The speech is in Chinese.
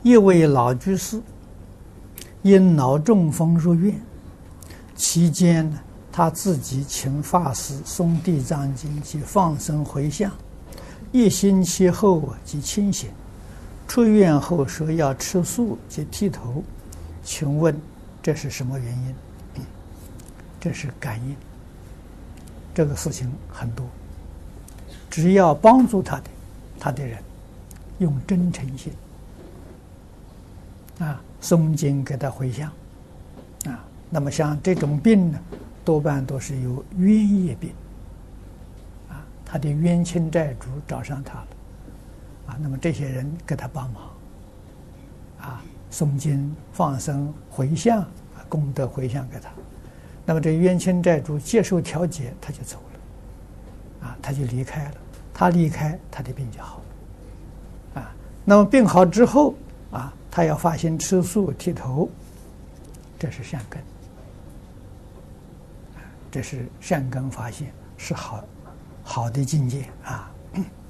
一位老居士因脑中风入院，期间呢，他自己请法师诵《地藏经》及放生回向，1星期后即清醒。出院后说要吃素及剃头，请问这是什么原因？这是感应。这个事情很多，只要帮助他的人，用真诚心诵经给他回向那么像这种病呢，多半都是有冤业病他的冤亲债主找上他了那么这些人给他帮忙诵经放生回向功德回向给他，那么这冤亲债主接受调解，他就走了他就离开了，他离开，他的病就好了那么病好之后他要发心吃素剃头，这是善根这是善根发现，是好的境界